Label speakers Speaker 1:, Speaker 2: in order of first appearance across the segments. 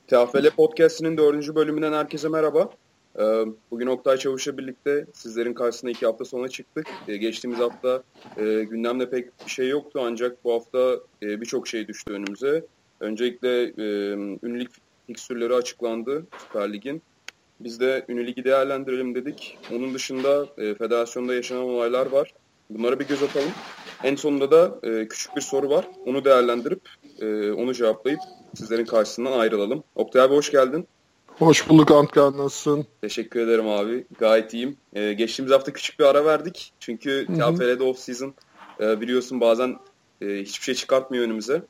Speaker 1: TFL Podcast'inin 4. bölümünden herkese merhaba. Bugün Oktay Çavuş'la birlikte sizlerin karşısına 2 hafta sonra çıktık. Geçtiğimiz hafta gündemde pek bir şey yoktu ancak bu hafta birçok şey düştü önümüze. Öncelikle ünlü lig fikstürleri açıklandı Süper Lig'in. Biz de ünlü ligi değerlendirelim dedik. Onun dışında federasyonda yaşanan olaylar var. Bunlara bir göz atalım. En sonunda da küçük bir soru var. Onu değerlendirip onu cevaplayıp sizlerin karşısından ayrılalım. Oktay abi hoş geldin.
Speaker 2: Hoş bulduk Antka, nasılsın?
Speaker 1: Teşekkür ederim abi. Gayet iyiyim. Geçtiğimiz hafta küçük bir ara verdik. Çünkü TFL'de off-season biliyorsun bazen hiçbir şey çıkartmıyor önümüze.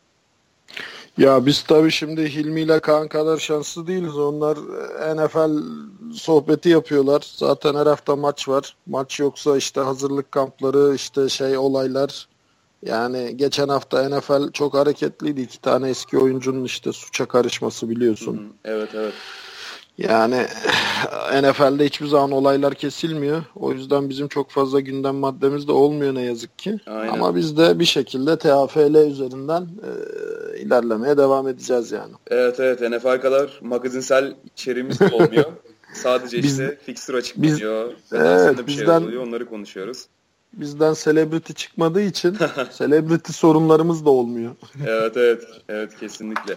Speaker 2: Ya biz tabii şimdi Hilmi ile Kaan kadar şanslı değiliz. Onlar NFL sohbeti yapıyorlar. Zaten her hafta maç var. Maç yoksa işte hazırlık kampları, işte olaylar. Yani geçen hafta NFL çok hareketliydi. 2 tane eski oyuncunun işte suça karışması biliyorsun.
Speaker 1: Evet.
Speaker 2: Yani NFL'de hiçbir zaman olaylar kesilmiyor. O yüzden bizim çok fazla gündem maddemiz de olmuyor ne yazık ki.
Speaker 1: Aynen.
Speaker 2: Ama biz de bir şekilde TFL üzerinden ilerlemeye devam edeceğiz yani.
Speaker 1: Evet NFL kadar magazinsel içeriğimiz de olmuyor. Sadece işte fixture açıklanıyor.
Speaker 2: Evet,
Speaker 1: bir şey oluyor, onları konuşuyoruz.
Speaker 2: Bizden celebrity çıkmadığı için celebrity sorunlarımız da olmuyor.
Speaker 1: Evet kesinlikle.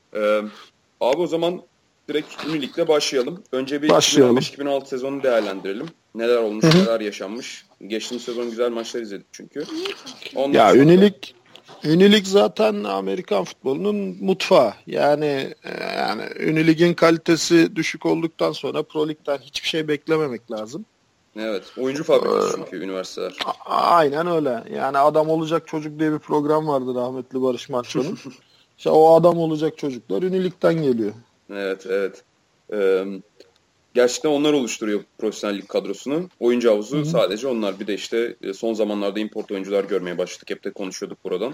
Speaker 1: Abi o zaman direkt ünlü ligle başlayalım. Önce bir 2015-2016 sezonu değerlendirelim. Neler olmuş, neler yaşanmış. Geçtiğimiz sezon güzel maçlar izledik çünkü.
Speaker 2: Ya ünlü lig zaten Amerikan futbolunun mutfağı. Yani ünlü ligin kalitesi düşük olduktan sonra Pro Lig'den hiçbir şey beklememek lazım.
Speaker 1: Evet. Oyuncu fabrikası çünkü üniversiteler.
Speaker 2: Aynen öyle. Yani Adam Olacak Çocuk diye bir program vardı rahmetli Barış Manço'nun. İşte o adam olacak çocuklar ünlü ligden geliyor.
Speaker 1: Evet. Gerçekten onlar oluşturuyor profesyonellik kadrosunu. Oyuncu havuzu sadece onlar. Bir de işte son zamanlarda import oyuncular görmeye başladık. Hep de konuşuyorduk buradan.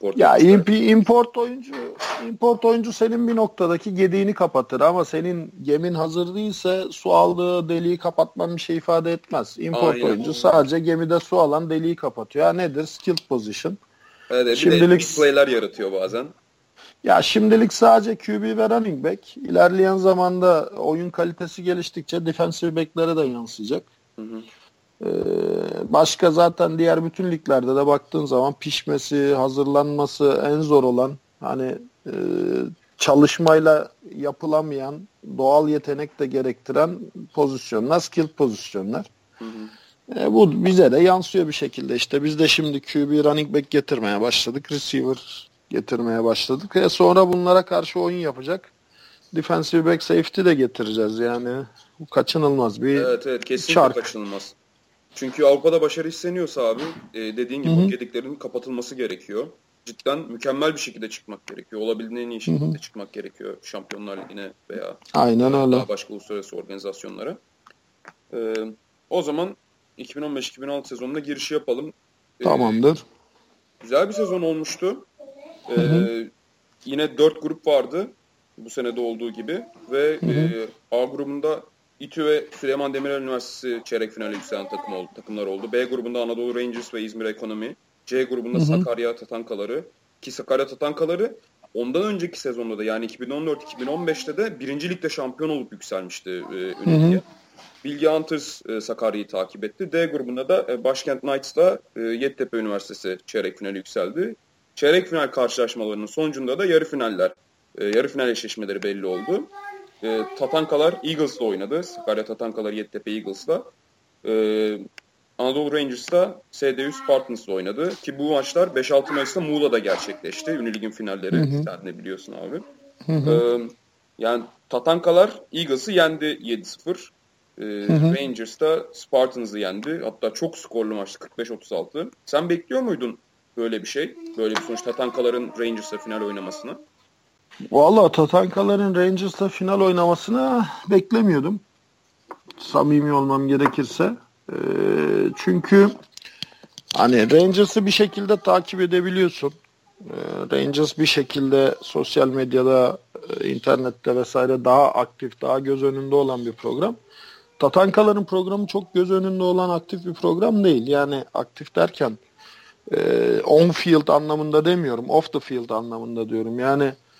Speaker 2: Import oyuncu senin bir noktadaki gediğini kapatır ama senin gemin hazır değilse su aldığı deliği kapatman bir şey ifade etmez. Import oyuncu sadece gemide su alan deliği kapatıyor. Ya nedir? Skilled position.
Speaker 1: Evet, bir de big play'ler yaratıyor bazen.
Speaker 2: Ya şimdilik sadece QB ve running back. İlerleyen zamanda oyun kalitesi geliştikçe defensive back'lere de yansıyacak. Başka zaten diğer bütün liglerde de baktığın zaman pişmesi, hazırlanması en zor olan çalışmayla yapılamayan, doğal yetenek de gerektiren pozisyonlar, skilled pozisyonlar. Bu bize de yansıyor bir şekilde. İşte biz de şimdi QB running back getirmeye başladık. Receiver getirmeye başladık. Sonra bunlara karşı oyun yapacak defensive back safety de getireceğiz. Yani bu kaçınılmaz bir
Speaker 1: Evet kesinlikle kaçınılmaz. Çünkü Avrupa'da başarı isteniyorsa abi dediğin gibi bu gediklerin kapatılması gerekiyor. Cidden mükemmel bir şekilde çıkmak gerekiyor. Olabildiğinin en iyi şekilde çıkmak gerekiyor Şampiyonlar Ligi'ne veya daha başka uluslararası organizasyonlara. O zaman 2015-2016 sezonuna girişi yapalım.
Speaker 2: Tamamdır.
Speaker 1: Güzel bir sezon olmuştu. Yine 4 grup vardı bu senede olduğu gibi ve A grubunda İTÜ ve Süleyman Demirel Üniversitesi çeyrek finale yükselen takımlar oldu. B grubunda Anadolu Rangers ve İzmir Ekonomi. C grubunda Sakarya Tatankaları. Ki Sakarya Tatankaları ondan önceki sezonda da yani 2014-2015'te de 1. Lig'de şampiyon olup yükselmişti ünlü lige. Bilgi Hunters Sakarya'yı takip etti. D grubunda da Başkent Knights'la Yeditepe Üniversitesi çeyrek finale yükseldi. Çeyrek final karşılaşmalarının sonucunda da yarı final eşleşmeleri belli oldu. Tatankalar Eagles'la oynadı. Sakarya Tatankalar Yeditepe Eagles'la. Anadolu Rangers da SDU Spartans'la oynadı. Ki bu maçlar 5-6 Mayıs'ta Muğla'da gerçekleşti. Ünlü ligin finalleri. Sen de biliyorsun abi. Yani Tatankalar Eagles'ı yendi 7-0. Rangers da Spartans'ı yendi. Hatta çok skorlu maçtı 45-36. Sen bekliyor muydun böyle bir şey? Böyle bir sonuç Tatankaların Rangers'la final oynamasını?
Speaker 2: Vallahi Tatankaların Rangers'la final oynamasını beklemiyordum. Samimi olmam gerekirse. Çünkü Rangers'ı bir şekilde takip edebiliyorsun. Rangers bir şekilde sosyal medyada, internette vesaire daha aktif, daha göz önünde olan bir program. Tatankaların programı çok göz önünde olan aktif bir program değil. Yani aktif derken on field anlamında demiyorum, off the field anlamında diyorum. Yani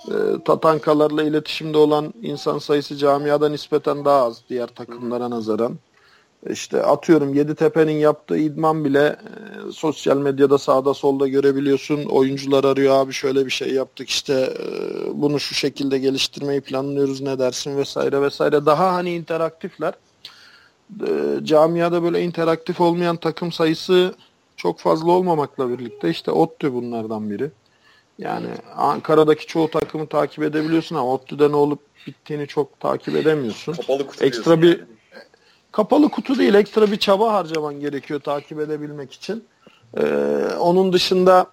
Speaker 2: Tatankalarla iletişimde olan insan sayısı camiada nispeten daha az diğer takımlara nazaran. İşte atıyorum Yeditepe'nin yaptığı idman bile sosyal medyada sağda solda görebiliyorsun. Oyuncular arıyor, abi şöyle bir şey yaptık işte bunu şu şekilde geliştirmeyi planlıyoruz, ne dersin vesaire vesaire. Daha hani interaktifler. Camiada böyle interaktif olmayan takım sayısı çok fazla olmamakla birlikte işte ODTÜ bunlardan biri. Yani Ankara'daki çoğu takımı takip edebiliyorsun ama ODTÜ'de ne olup bittiğini çok takip edemiyorsun.
Speaker 1: Kapalı kutu
Speaker 2: ekstra bir yani. Kapalı kutu değil, ekstra bir çaba harcaman gerekiyor takip edebilmek için. Onun dışında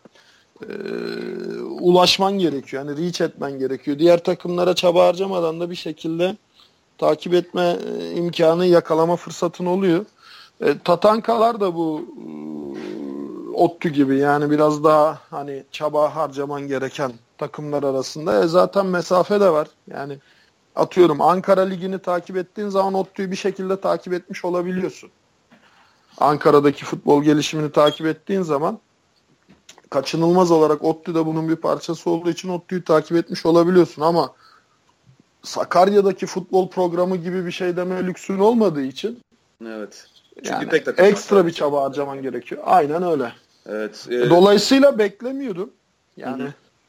Speaker 2: ulaşman gerekiyor. Yani reach etmen gerekiyor. Diğer takımlara çaba harcamadan da bir şekilde takip etme imkanı, yakalama fırsatın oluyor. Tatankalar da bu ODTÜ gibi yani biraz daha hani çaba harcaman gereken takımlar arasında. Zaten mesafe de var. Yani atıyorum Ankara Ligi'ni takip ettiğin zaman ODTÜ'yü bir şekilde takip etmiş olabiliyorsun. Ankara'daki futbol gelişimini takip ettiğin zaman kaçınılmaz olarak ODTÜ de bunun bir parçası olduğu için ODTÜ'yü takip etmiş olabiliyorsun ama Sakarya'daki futbol programı gibi bir şey deme lüksün olmadığı için
Speaker 1: evet.
Speaker 2: Çünkü yani tek ekstra bir çaba harcaman gerekiyor. Aynen öyle.
Speaker 1: Evet.
Speaker 2: Dolayısıyla beklemiyordum. Yani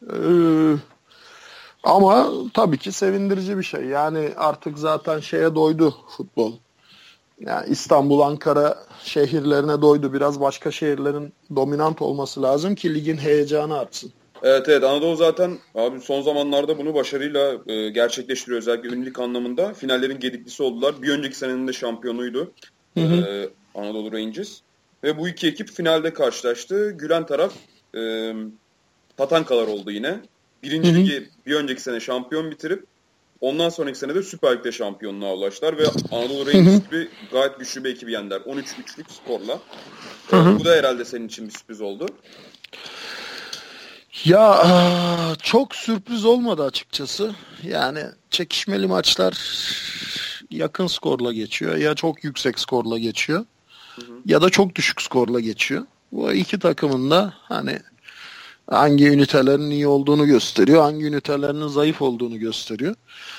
Speaker 2: ama tabii ki sevindirici bir şey. Yani artık zaten şeye doydu futbol. Yani İstanbul, Ankara şehirlerine doydu. Biraz başka şehirlerin dominant olması lazım ki ligin heyecanı artsın.
Speaker 1: Evet Anadolu zaten abi son zamanlarda bunu başarıyla gerçekleştiriyor. Özellikle ünlülük anlamında finallerin gediklisi oldular. Bir önceki senenin de şampiyonuydu Anadolu Rangers. Ve bu iki ekip finalde karşılaştı. Gülen taraf Tatankalar oldu yine. Birinci ligi bir önceki sene şampiyon bitirip ondan sonraki sene de Süper Lig'de şampiyonluğa ulaştılar ve Anadolu Rangers gibi gayet güçlü bir ekibi yendiler. 13-3'lük skorla. Bu da herhalde senin için bir sürpriz oldu.
Speaker 2: Ya çok sürpriz olmadı açıkçası. Yani çekişmeli maçlar yakın skorla geçiyor. Ya çok yüksek skorla geçiyor. Ya da çok düşük skorla geçiyor. Bu iki takımın da hani hangi ünitelerin iyi olduğunu gösteriyor, hangi ünitelerinin zayıf olduğunu gösteriyor.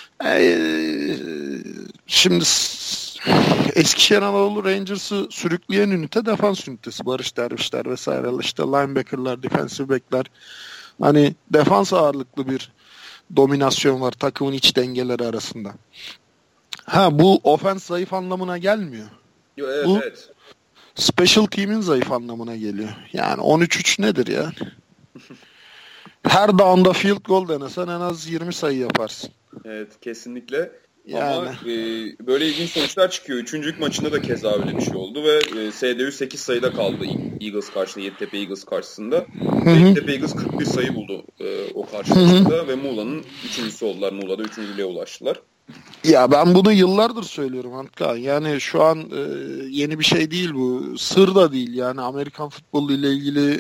Speaker 2: Şimdi Eskişehir Anadolu Rangers'ı sürükleyen ünite defans ünitesi. Barış Dervişler vesaire, işte linebacker'lar, defensive back'ler. Hani defans ağırlıklı bir dominasyon var takımın iç dengeleri arasında. Bu ofens zayıf anlamına gelmiyor.
Speaker 1: Evet.
Speaker 2: Special team'in zayıf anlamına geliyor. Yani 13-3 nedir ya? Her down'da field goal denesen en az 20 sayı yaparsın.
Speaker 1: Evet, kesinlikle.
Speaker 2: Yani.
Speaker 1: Ama böyle ilginç sonuçlar çıkıyor. Üçüncülük maçında da keza öyle bir şey oldu ve SDU 8 sayıda kaldı Eagles karşısında, Yeditepe Eagles karşısında. Yeditepe Eagles 41 sayı buldu o karşılaşmada ve Muğla'nın üçüncüsü oldular. Muğla'da üçüncülüğe ulaştılar.
Speaker 2: Ya ben bunu yıllardır söylüyorum Antka. Yani şu an yeni bir şey değil bu. Sır da değil yani. Amerikan futbolu ile ilgili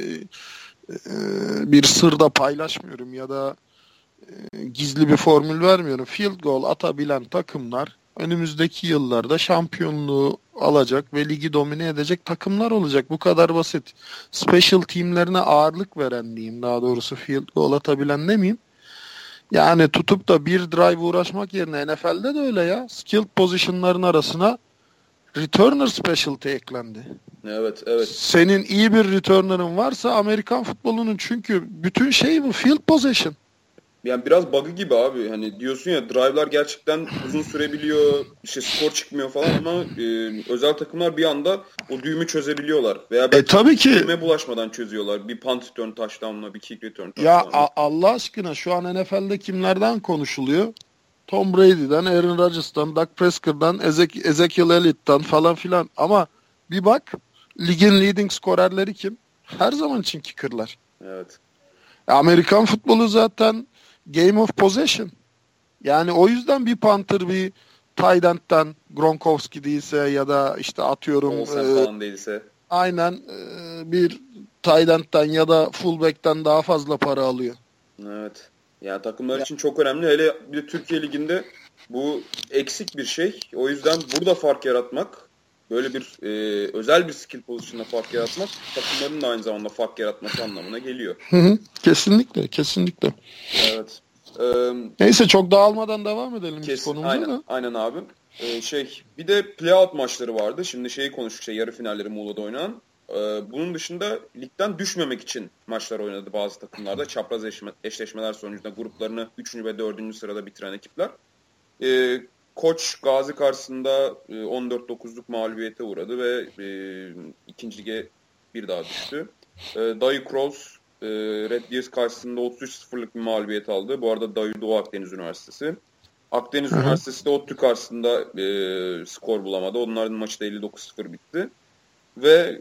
Speaker 2: bir sır da paylaşmıyorum ya da gizli bir formül vermiyorum. Field goal atabilen takımlar önümüzdeki yıllarda şampiyonluğu alacak ve ligi domine edecek takımlar olacak. Bu kadar basit. Special teamlerine ağırlık veren diyeyim, daha doğrusu field goal atabilen demeyeyim. Yani tutup da bir drive uğraşmak yerine NFL'de de öyle ya. Skilled position'ların arasına returner specialty eklendi.
Speaker 1: Evet.
Speaker 2: Senin iyi bir returner'ın varsa Amerikan futbolunun, çünkü bütün şey bu field possession.
Speaker 1: Yani biraz bug'ı gibi abi. Hani diyorsun ya, drive'lar gerçekten uzun sürebiliyor. İşte skor çıkmıyor falan ama özel takımlar bir anda o düğümü çözebiliyorlar. Veya
Speaker 2: tabii ki
Speaker 1: düğüme bulaşmadan çözüyorlar. Bir punt return touchdown'la, bir kick return touchdown'la.
Speaker 2: Ya Allah aşkına şu an NFL'de kimlerden konuşuluyor? Tom Brady'den, Aaron Rodgers'tan, Dak Prescott'dan, Ezekiel Elliott'tan falan filan. Ama bir bak, ligin leading skorerleri kim? Her zaman için kicker'lar.
Speaker 1: Evet.
Speaker 2: Amerikan futbolu zaten game of possession. Yani o yüzden bir punter, bir tight end'den, Gronkowski değilse ya da işte atıyorum
Speaker 1: falan değilse.
Speaker 2: Aynen bir tight end'den ya da fullback'ten daha fazla para alıyor.
Speaker 1: Evet. Yani takımlar için çok önemli. Hele bir de Türkiye Ligi'nde bu eksik bir şey. O yüzden burada fark yaratmak, böyle bir özel bir skill pozisyonda fark yaratmak, takımların da aynı zamanda fark yaratması anlamına geliyor.
Speaker 2: Kesinlikle.
Speaker 1: Evet.
Speaker 2: Neyse çok dağılmadan devam edelim biz konumuza
Speaker 1: aynen,
Speaker 2: da.
Speaker 1: aynen abi. Bir de playout maçları vardı. Şimdi konuştuk, yarı finalleri Muğla'da oynanan. Bunun dışında ligden düşmemek için maçlar oynadı bazı takımlarda. Çapraz eşleşmeler sonucunda gruplarını 3. ve 4. sırada bitiren ekipler. Koç Gazi karşısında 14-9'luk mağlubiyete uğradı ve 2. lige bir daha düştü. Dayı Cross Red Deers karşısında 33-0'lık bir mağlubiyet aldı. Bu arada Dayı Doğu Akdeniz Üniversitesi. Akdeniz Üniversitesi de ODTÜ karşısında skor bulamadı. Onların maçı da 59-0 bitti. Ve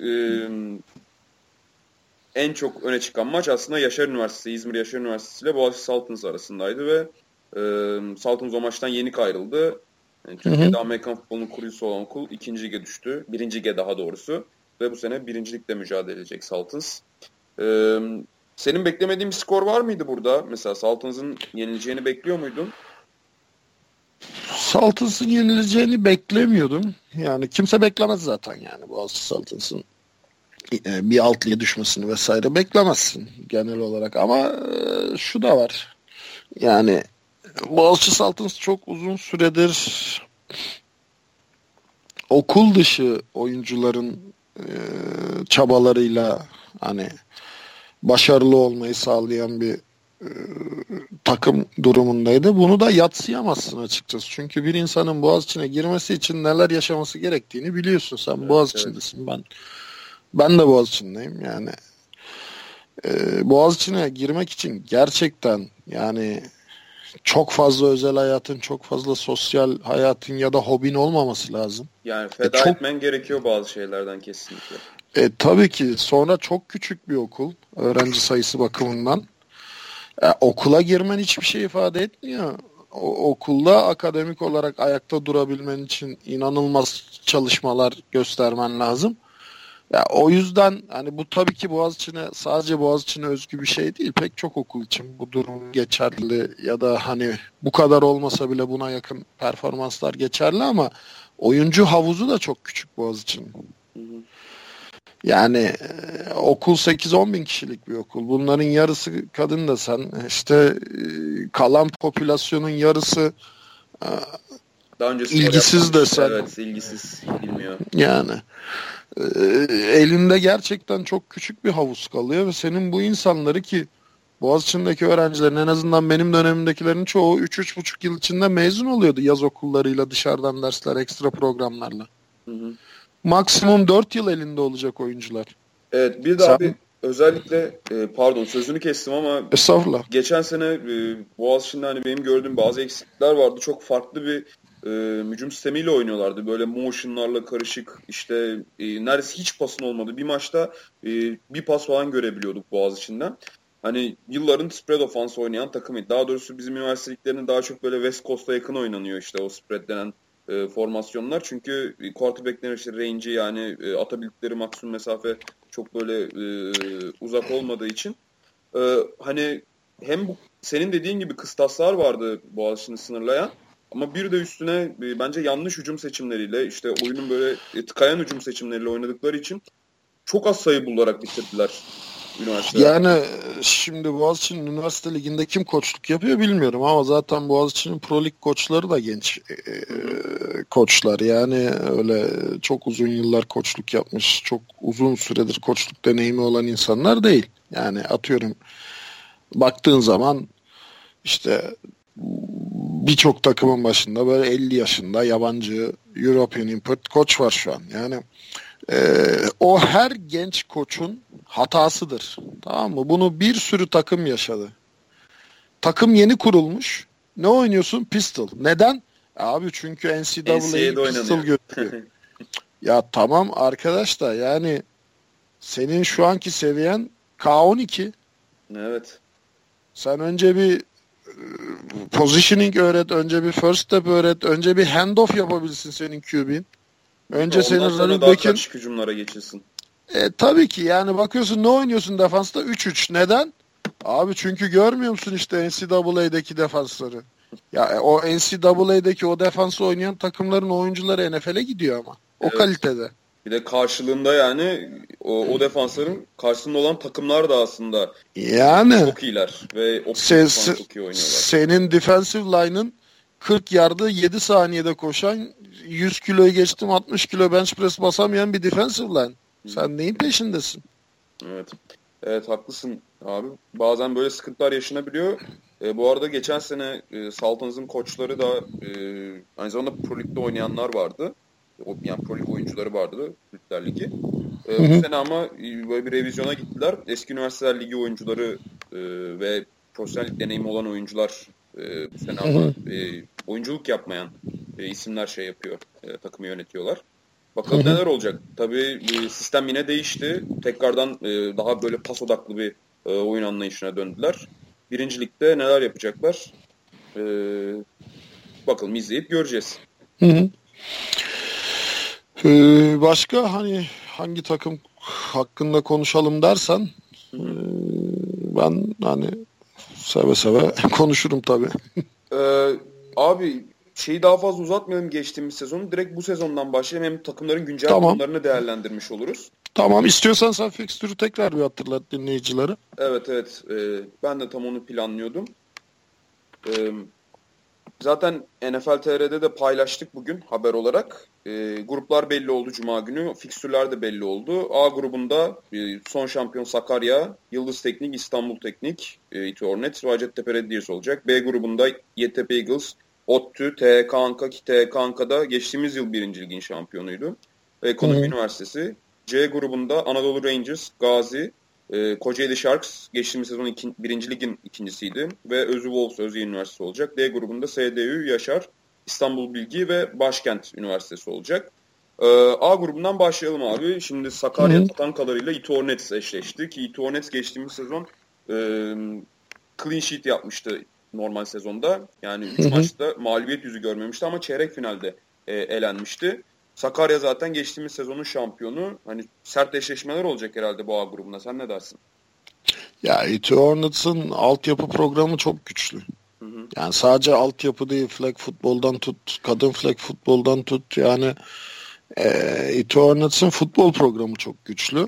Speaker 1: en çok öne çıkan maç aslında Yaşar Üniversitesi, İzmir Yaşar Üniversitesi ile Boğaziçi Saltans arasındaydı ve Saltans o maçtan yenik ayrıldı. Yani Türkiye'de Amerikan futbolunun kurucusu olan okul 2. lige düştü. 1. lige daha doğrusu. Ve bu sene 1. ligde mücadele edecek Saltans. Senin beklemediğin bir skor var mıydı burada? Mesela Saltans'ın yenileceğini bekliyor muydun?
Speaker 2: Saltans'ın yenileceğini beklemiyordum. Yani kimse beklemez zaten yani Boğaziçi Saltans'ın bir alt lige düşmesini vesaire beklemezsin genel olarak. Ama şu da var. Yani Boğaziçi Saltans çok uzun süredir okul dışı oyuncuların çabalarıyla hani başarılı olmayı sağlayan bir takım durumundaydı. Bunu da yadsıyamazsın açıkçası. Çünkü bir insanın Boğaziçi'ne girmesi için neler yaşaması gerektiğini biliyorsun. Sen evet, Boğaziçi'ndesin. Evet. Ben de Boğaziçi'ndeyim. Yani Boğaziçi'ne girmek için gerçekten yani çok fazla özel hayatın, çok fazla sosyal hayatın ya da hobin olmaması lazım.
Speaker 1: Yani feda etmen gerekiyor bazı şeylerden kesinlikle.
Speaker 2: Tabii ki. Sonra çok küçük bir okul. Öğrenci sayısı bakımından. Okula girmen hiçbir şey ifade etmiyor. Okulda akademik olarak ayakta durabilmen için inanılmaz çalışmalar göstermen lazım. Ya o yüzden hani bu tabii ki sadece Boğaziçi'ne özgü bir şey değil. Pek çok okul için bu durum geçerli ya da hani bu kadar olmasa bile buna yakın performanslar geçerli ama oyuncu havuzu da çok küçük Boğaziçi'nin. Yani okul 8-10 bin kişilik bir okul. Bunların yarısı kadın desen işte kalan popülasyonun yarısı
Speaker 1: daha önce
Speaker 2: ilgisiz desen.
Speaker 1: Evet, ilgisiz, bilmiyor.
Speaker 2: Yani elinde gerçekten çok küçük bir havuz kalıyor ve senin bu insanları ki Boğaziçi'ndeki öğrencilerin en azından benim dönemimdekilerin çoğu 3-3,5 yıl içinde mezun oluyordu yaz okullarıyla, dışarıdan dersler, ekstra programlarla. Maksimum 4 yıl elinde olacak oyuncular.
Speaker 1: Evet, bir de abi özellikle pardon sözünü kestim ama
Speaker 2: estağfurullah.
Speaker 1: Geçen sene Boğaziçi'nde hani benim gördüğüm bazı eksiklikler vardı. Çok farklı bir hücum sistemiyle oynuyorlardı. Böyle motionlarla karışık işte neredeyse hiç pasın olmadı. Bir maçta bir pas falan görebiliyorduk Boğaziçi'nden. Hani yılların spread offense oynayan takımıydı. Daha doğrusu bizim üniversiteliklerinin daha çok böyle West Coast'a yakın oynanıyor işte o spread denen formasyonlar. Çünkü quarterback'lerin işte range'i yani atabildikleri maksimum mesafe çok böyle uzak olmadığı için hani hem bu senin dediğin gibi kıstaslar vardı Boğaziçi'ni sınırlayan ama bir de üstüne bence yanlış hücum seçimleriyle işte oyunun böyle tıkayan hücum seçimleriyle oynadıkları için çok az sayı bularak bitirdiler üniversiteler.
Speaker 2: Yani şimdi Boğaziçi'nin üniversite liginde kim koçluk yapıyor bilmiyorum ama zaten Boğaziçi'nin Pro Lig koçları da genç koçlar. Yani öyle çok uzun yıllar koçluk yapmış, çok uzun süredir koçluk deneyimi olan insanlar değil. Yani atıyorum baktığın zaman işte birçok takımın başında böyle 50 yaşında yabancı European import koç var şu an. Yani o her genç koçun hatasıdır. Tamam mı? Bunu bir sürü takım yaşadı. Takım yeni kurulmuş. Ne oynuyorsun? Pistol. Neden? Abi çünkü NCAA'yi pistol götürüyor. Ya tamam arkadaş da yani senin şu anki seviyen K12.
Speaker 1: Evet.
Speaker 2: Sen önce bir positioning öğret, önce bir first step öğret, önce bir handoff yapabilsin senin QB'in. Önce senin running back'in
Speaker 1: kaçık hücumlara geçilsin.
Speaker 2: Tabii ki yani bakıyorsun ne oynuyorsun defansta 3-3. Neden? Abi çünkü görmüyor musun işte NCAA'deki defansları? Ya o NCAA'deki o defansı oynayan takımların oyuncuları NFL'e gidiyor ama. O kalitede.
Speaker 1: Bir de karşılığında yani o defansların karşısında olan takımlar da aslında
Speaker 2: yani
Speaker 1: çok iyiler ve o çok iyi oynuyorlar.
Speaker 2: Senin defensive line'ın 40 yardı 7 saniyede koşan 100 kiloyu geçtim 60 kilo bench press basamayan bir defensive line. Sen neyin peşindesin?
Speaker 1: Evet. Evet haklısın abi. Bazen böyle sıkıntılar yaşanabiliyor. Bu arada geçen sene Sultans'ın koçları da aynı zamanda Pro Lig'de oynayanlar vardı. Yani Pro Lig oyuncuları vardı Kulüpler Ligi. Bu sene ama böyle bir revizyona gittiler. Eski Üniversiteler Ligi oyuncuları ve profesyonel deneyimi olan oyuncular bu sene ama oyunculuk yapmayan isimler şey yapıyor, takımı yönetiyorlar. Bakalım neler olacak. Tabii sistem yine değişti. Tekrardan daha böyle pas odaklı bir oyun anlayışına döndüler. Birincilikte neler yapacaklar? Bakalım izleyip göreceğiz.
Speaker 2: Başka hani hangi takım hakkında konuşalım dersen ben hani seve seve konuşurum tabii.
Speaker 1: Abi şeyi daha fazla uzatmayalım geçtiğimiz sezonu. Direkt bu sezondan başlayalım. Hem takımların güncel durumlarını değerlendirmiş oluruz.
Speaker 2: Tamam. İstiyorsan sen fikstürü tekrar bir hatırlat dinleyicilere.
Speaker 1: Evet. Ben de tam onu planlıyordum. Zaten NFL TR'de de paylaştık bugün haber olarak. Gruplar belli oldu Cuma günü. Fikstürler de belli oldu. A grubunda son şampiyon Sakarya, Yıldız Teknik, İstanbul Teknik, İTÜ Hornets ve Hacettepe Red Deers olacak. B grubunda Yeditepe Eagles, ODTÜ, TK Anka ki TK Anka'da geçtiğimiz yıl 1. Ligin şampiyonuydu. Ekonomi Üniversitesi. C grubunda Anadolu Rangers, Gazi, Kocaeli Sharks geçtiğimiz sezon 1. Ligin ikincisiydi ve Özü Wolves Özyeğin Üniversitesi olacak. D grubunda SDÜ, Yaşar, İstanbul Bilgi ve Başkent Üniversitesi olacak. A grubundan başlayalım abi. Şimdi Sakarya Tatankalarıyla İTÜ Hornets eşleşti ki İTÜ Hornets geçtiğimiz sezon clean sheet yapmıştı normal sezonda. Yani 3 maçta mağlubiyet yüzü görmemişti ama çeyrek finalde elenmişti. Sakarya zaten geçtiğimiz sezonun şampiyonu. Hani sert eşleşmeler olacak herhalde bu A grubunda. Sen ne dersin?
Speaker 2: Ya İTÜ Hornets'ın altyapı programı çok güçlü. Yani sadece altyapı değil, flag futboldan tut, kadın flag futboldan tut. Yani İTÜ Hornets'ın futbol programı çok güçlü.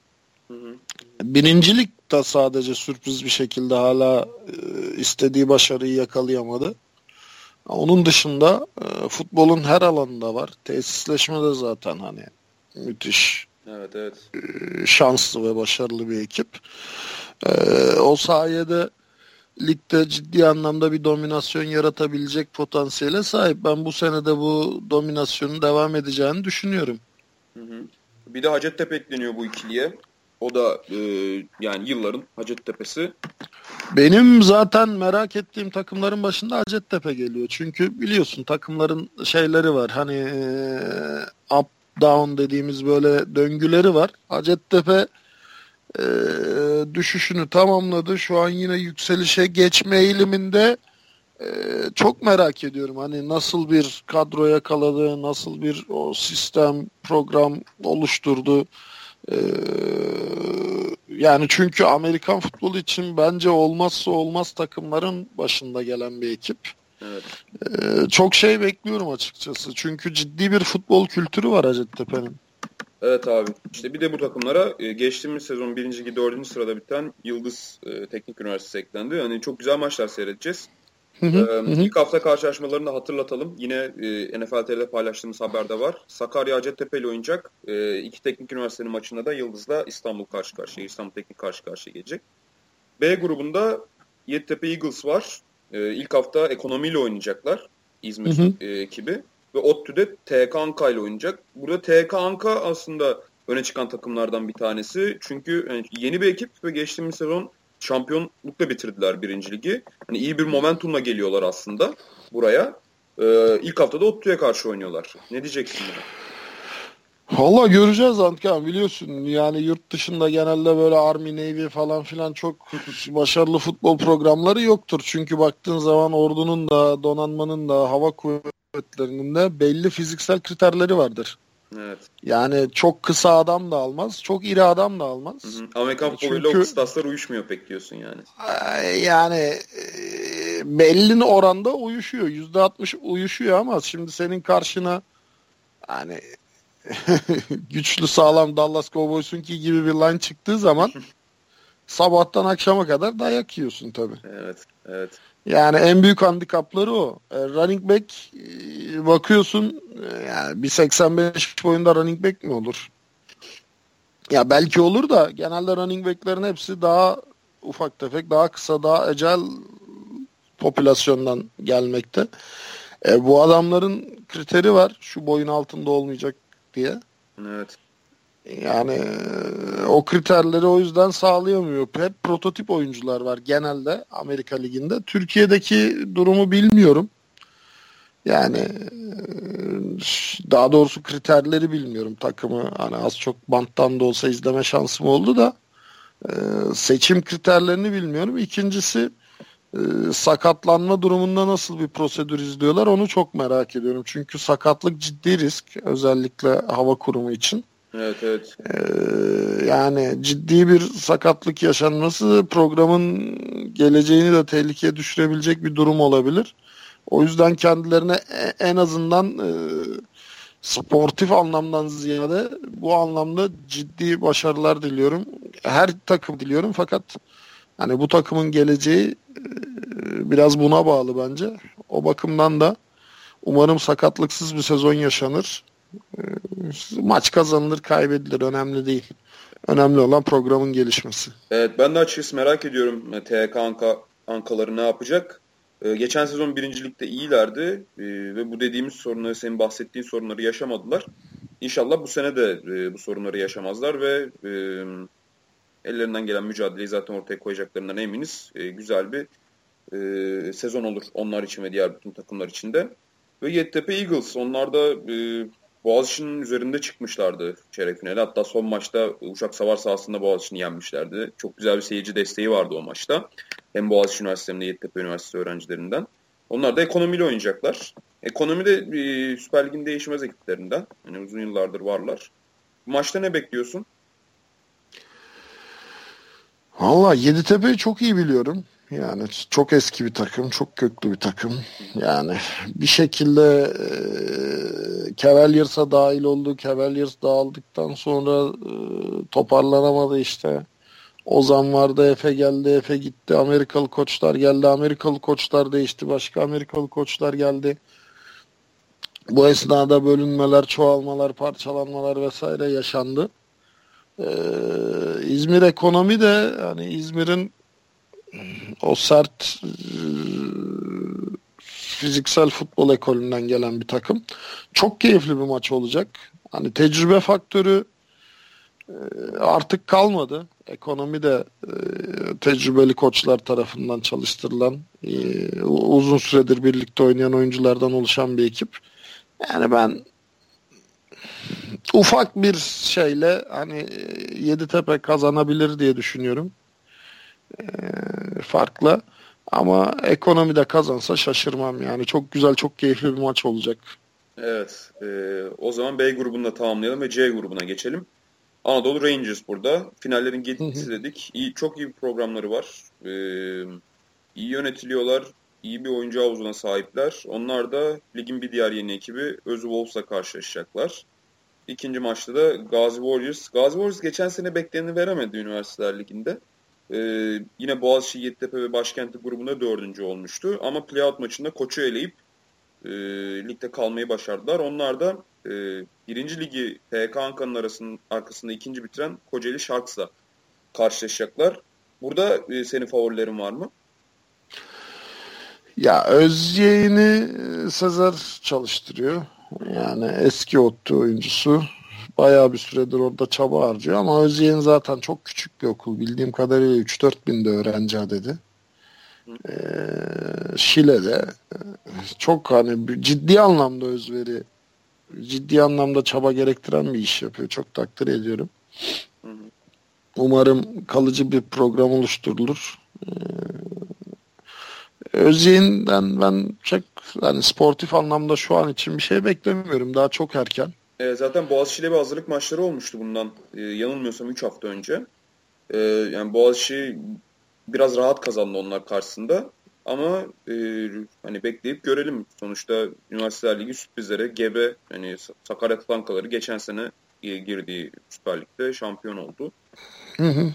Speaker 2: Birincilik de sadece sürpriz bir şekilde hala istediği başarıyı yakalayamadı. Onun dışında futbolun her alanında var. Tesisleşme de zaten hani müthiş.
Speaker 1: Evet.
Speaker 2: Şanslı ve başarılı bir ekip. O sayede ligde ciddi anlamda bir dominasyon yaratabilecek potansiyele sahip. Ben bu sene de bu dominasyonun devam edeceğini düşünüyorum.
Speaker 1: Bir de Hacettepe ekleniyor bu ikiliye. O da yani yılların Hacettepe'si.
Speaker 2: Benim zaten merak ettiğim takımların başında Hacettepe geliyor. Çünkü biliyorsun takımların şeyleri var. Hani up down dediğimiz böyle döngüleri var. Hacettepe düşüşünü tamamladı. Şu an yine yükselişe geçme eğiliminde. Çok merak ediyorum. Hani nasıl bir kadro yakaladı, nasıl bir o sistem, program oluşturdu. Yani çünkü Amerikan futbolu için bence olmazsa olmaz takımların başında gelen bir ekip.
Speaker 1: Evet.
Speaker 2: Çok şey bekliyorum açıkçası. Çünkü ciddi bir futbol kültürü var Hacettepe'nin.
Speaker 1: Evet abi. İşte bir de bu takımlara geçtiğimiz sezon 1. Ligi 4. sırada biten Yıldız Teknik Üniversitesi eklendi. Yani çok güzel maçlar seyredeceğiz. İlk hafta karşılaşmalarını da hatırlatalım. Yine NFL TV'de paylaştığımız haberde var. Sakarya Hacettepe ile oynayacak. İki teknik üniversitenin maçında da Yıldız'la İstanbul karşı karşıya. İstanbul Teknik karşı karşıya gelecek. B grubunda Yeditepe Eagles var. İlk hafta ekonomiyle oynayacaklar. İzmir ekibi. Ve ODTÜ'de TK Anka ile oynayacak. Burada TK Anka aslında öne çıkan takımlardan bir tanesi. Çünkü yani yeni bir ekip ve geçtiğimiz sezon şampiyonlukla bitirdiler 1. Ligi. Hani iyi bir momentumla geliyorlar aslında buraya. İlk haftada ODTÜ'ye karşı oynuyorlar. Ne diyeceksin buna?
Speaker 2: Valla göreceğiz Antkan, biliyorsun yani yurt dışında genelde böyle Army, Navy falan filan çok başarılı futbol programları yoktur. Çünkü baktığın zaman ordunun da donanmanın da hava kuvvetlerinin de belli fiziksel kriterleri vardır.
Speaker 1: Evet.
Speaker 2: Yani çok kısa adam da almaz, çok iri adam da almaz.
Speaker 1: Amerikan futboluyla o kıstaslar uyuşmuyor pek diyorsun yani.
Speaker 2: Yani belli oranda uyuşuyor. %60 uyuşuyor ama şimdi senin karşına hani güçlü sağlam Dallas Cowboys'unki gibi bir line çıktığı zaman sabahtan akşama kadar dayak yiyorsun tabii.
Speaker 1: Evet, evet.
Speaker 2: Yani en büyük handikapları o. Running back bakıyorsun yani 1.85 boyunda running back mi olur? Ya belki olur da genelde running back'lerin hepsi daha ufak tefek, daha kısa, daha agile popülasyondan gelmekte. Bu adamların kriteri var. Şu boyun altında olmayacak diye.
Speaker 1: Evet.
Speaker 2: Yani o kriterleri o yüzden sağlayamıyor. Hep prototip oyuncular var genelde Amerika Ligi'nde. Türkiye'deki durumu bilmiyorum. Yani daha doğrusu kriterleri bilmiyorum takımı. Hani az çok banttan da olsa izleme şansım oldu da e, seçim kriterlerini bilmiyorum. İkincisi sakatlanma durumunda nasıl bir prosedür izliyorlar onu çok merak ediyorum. Çünkü sakatlık ciddi risk özellikle hava kurumu için.
Speaker 1: Evet, evet.
Speaker 2: Yani ciddi bir sakatlık yaşanması programın geleceğini de tehlikeye düşürebilecek bir durum olabilir. O yüzden kendilerine en azından sportif anlamdan ziyade bu anlamda ciddi başarılar diliyorum. Her takım diliyorum fakat hani bu takımın geleceği biraz buna bağlı bence. O bakımdan da umarım sakatlıksız bir sezon yaşanır. Maç kazanılır, kaybedilir önemli değil. Önemli olan programın gelişmesi.
Speaker 1: Evet, ben de açıkçası merak ediyorum TK Ankaları ne yapacak? Geçen sezon birincilikte iyilerdi ve bu dediğimiz sorunları, senin bahsettiğin sorunları yaşamadılar. İnşallah bu sene de bu sorunları yaşamazlar ve ellerinden gelen mücadeleyi zaten ortaya koyacaklarından eminiz. Güzel bir sezon olur onlar için ve diğer bütün takımlar için de. Ve Yeditepe Eagles, onlar da Boğaziçi'nin üzerinde çıkmışlardı çeyrek finale. Hatta son maçta Uşak Savar sahasında Boğaziçi'ni yenmişlerdi. Çok güzel bir seyirci desteği vardı o maçta. Hem Boğaziçi Üniversitesi hem de Yeditepe Üniversitesi öğrencilerinden. Onlar da ekonomiyle oynayacaklar. Ekonomi de Süper Lig'in değişmez ekiplerinden. Yani uzun yıllardır varlar. Bu maçta ne bekliyorsun?
Speaker 2: Valla Yeditepe'yi çok iyi biliyorum. Yani çok eski bir takım, çok köklü bir takım. Yani bir şekilde Cavaliers'a dahil oldu. Cavaliers dağıldıktan sonra toparlanamadı işte. Ozan vardı, Efe geldi, Efe gitti. Amerikalı koçlar geldi, Amerikalı koçlar değişti. Başka Amerikalı koçlar geldi. Bu esnada bölünmeler, çoğalmalar, parçalanmalar vesaire yaşandı. İzmir ekonomi de hani İzmir'in o sert fiziksel futbol ekolünden gelen bir takım. Çok keyifli bir maç olacak. Hani tecrübe faktörü artık kalmadı. Ekonomi de tecrübeli koçlar tarafından çalıştırılan, uzun süredir birlikte oynayan oyunculardan oluşan bir ekip. Yani ben ufak bir şeyle hani Yeditepe kazanabilir diye düşünüyorum. Farklı. Ama ekonomide kazansa şaşırmam yani. Çok güzel, çok keyifli bir maç olacak.
Speaker 1: Evet. O zaman B grubunu da tamamlayalım ve C grubuna geçelim. Anadolu Rangers burada. Finallerin gediklisi dedik. Çok iyi bir programları var. İyi yönetiliyorlar. İyi bir oyuncu havuzuna sahipler. Onlar da ligin bir diğer yeni ekibi Özü Wolves'la karşılaşacaklar. İkinci maçta da Gazi Warriors. Gazi Warriors geçen sene bekleneni veremedi Üniversiteler Ligi'nde. Yine Boğaziçi, Yeditepe ve Başkenti grubunda dördüncü olmuştu. Ama playout maçında Koç'u eleyip ligde kalmayı başardılar. Onlar da birinci ligi PK Ankara'nın arkasında ikinci bitiren Kocaeli Sharks'la karşılaşacaklar. Burada senin favorilerin var mı?
Speaker 2: Ya Özyeğin'i Sezer çalıştırıyor. Yani eski ODTÜ oyuncusu. Bayağı bir süredir orada çaba harcıyor ama Özyeğin zaten çok küçük bir okul. Bildiğim kadarıyla 3-4 binde öğrenci adedi. Şile'de çok hani ciddi anlamda özveri, ciddi anlamda çaba gerektiren bir iş yapıyor. Çok takdir ediyorum. Umarım kalıcı bir program oluşturulur. Özyeğin'den ben çok hani sportif anlamda şu an için bir şey beklemiyorum. Daha çok erken.
Speaker 1: Zaten Boğaziçi ile bir hazırlık maçları olmuştu bundan. Yanılmıyorsam 3 hafta önce. Yani Boğaziçi biraz rahat kazandı onlar karşısında. ama hani bekleyip görelim. Sonuçta Üniversiteler Ligi sürprizlere gebe. Hani Sakarya Tatankaları geçen sene girdiği Süper Lig'de şampiyon oldu.
Speaker 2: Hı hı.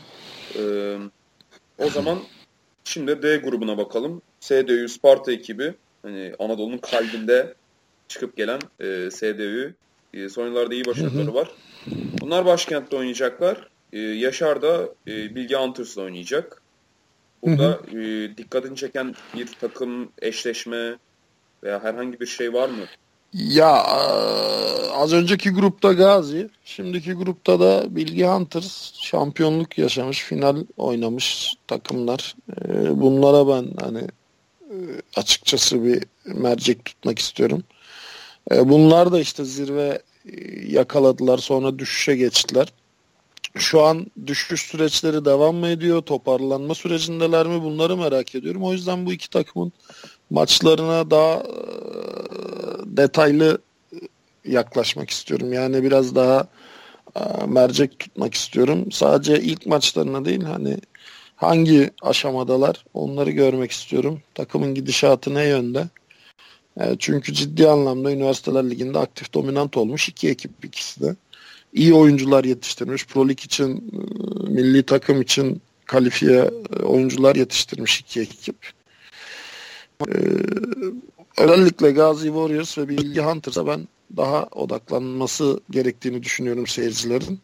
Speaker 1: O zaman şimdi D grubuna bakalım. SDÜ Sparta ekibi, hani Anadolu'nun kalbinde çıkıp gelen SDÜ. Son yıllarda iyi başarıları var. Bunlar başkentte oynayacaklar. Yaşar da Bilgi Hunters'la oynayacak. Burada dikkatini çeken bir takım eşleşme veya herhangi bir şey var mı?
Speaker 2: Ya az önceki grupta Gazi, şimdiki grupta da Bilgi Hunters şampiyonluk yaşamış, final oynamış takımlar. Bunlara ben hani açıkçası bir mercek tutmak istiyorum. Bunlar da işte zirve yakaladılar, sonra düşüşe geçtiler. Şu an düşüş süreçleri devam mı ediyor? Toparlanma sürecindeler mi? Bunları merak ediyorum. O yüzden bu iki takımın maçlarına daha detaylı yaklaşmak istiyorum. Yani biraz daha mercek tutmak istiyorum. Sadece ilk maçlarına değil, hani hangi aşamadalar onları görmek istiyorum. Takımın gidişatı ne yönde? Çünkü ciddi anlamda Üniversiteler Ligi'nde aktif dominant olmuş iki ekip, ikisi de. İyi oyuncular yetiştirmiş. Pro Lig için, milli takım için kalifiye oyuncular yetiştirmiş iki ekip. Özellikle Gazi Warriors ve Bilgi Hunters'a ben daha odaklanması gerektiğini düşünüyorum seyircilerin.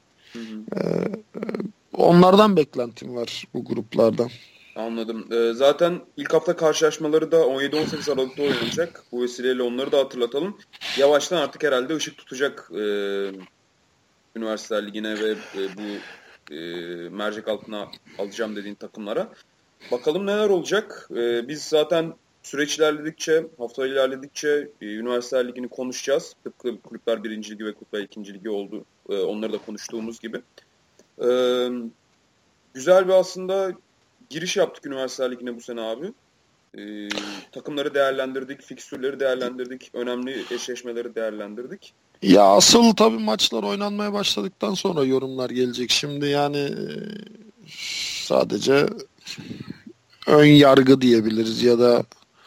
Speaker 2: Onlardan beklentim var bu gruplardan.
Speaker 1: Anladım. Zaten ilk hafta karşılaşmaları da 17-18 Aralık'ta oynanacak. Bu vesileyle onları da hatırlatalım. Yavaştan artık herhalde ışık tutacak Üniversiteler Ligi'ne ve bu mercek altına alacağım dediğin takımlara. Bakalım neler olacak. Biz zaten süreç ilerledikçe, hafta ilerledikçe Üniversiteler Ligi'ni konuşacağız. Tıpkı Kulüpler 1. Ligi ve Kulüpler 2. Ligi oldu. Onları da konuştuğumuz gibi. Güzel bir aslında giriş yaptık Üniversiteler Ligi'ne bu sene abi. Takımları değerlendirdik, fikstürleri değerlendirdik, önemli eşleşmeleri değerlendirdik.
Speaker 2: Ya asıl tabii maçlar oynanmaya başladıktan sonra yorumlar gelecek. Şimdi yani sadece ön yargı diyebiliriz ya da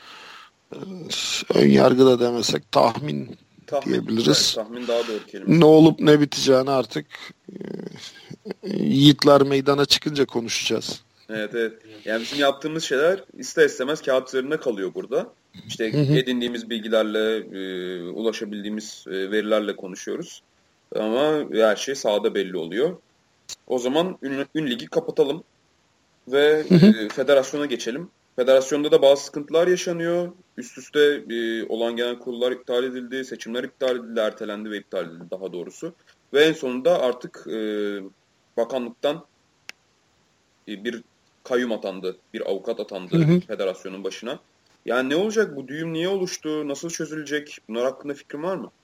Speaker 2: ön yargı da demesek tahmin diyebiliriz.
Speaker 1: Evet, tahmin daha doğru kelime.
Speaker 2: Ne olup ne biteceğini artık yiğitler meydana çıkınca konuşacağız.
Speaker 1: Evet. Yani bizim yaptığımız şeyler ister istemez kağıt üzerinde kalıyor burada. İşte edindiğimiz bilgilerle, ulaşabildiğimiz verilerle konuşuyoruz. Ama her şey sahada belli oluyor. O zaman ün ligi kapatalım ve federasyona geçelim. Federasyonda da bazı sıkıntılar yaşanıyor. Üst üste olan genel kurullar iptal edildi, seçimler iptal edildi, ertelendi ve iptal edildi daha doğrusu. Ve en sonunda artık bakanlıktan bir kayyum atandı, bir avukat atandı federasyonun başına. Yani ne olacak? Bu düğüm niye oluştu? Nasıl çözülecek? Bunlar hakkında fikrin var mı?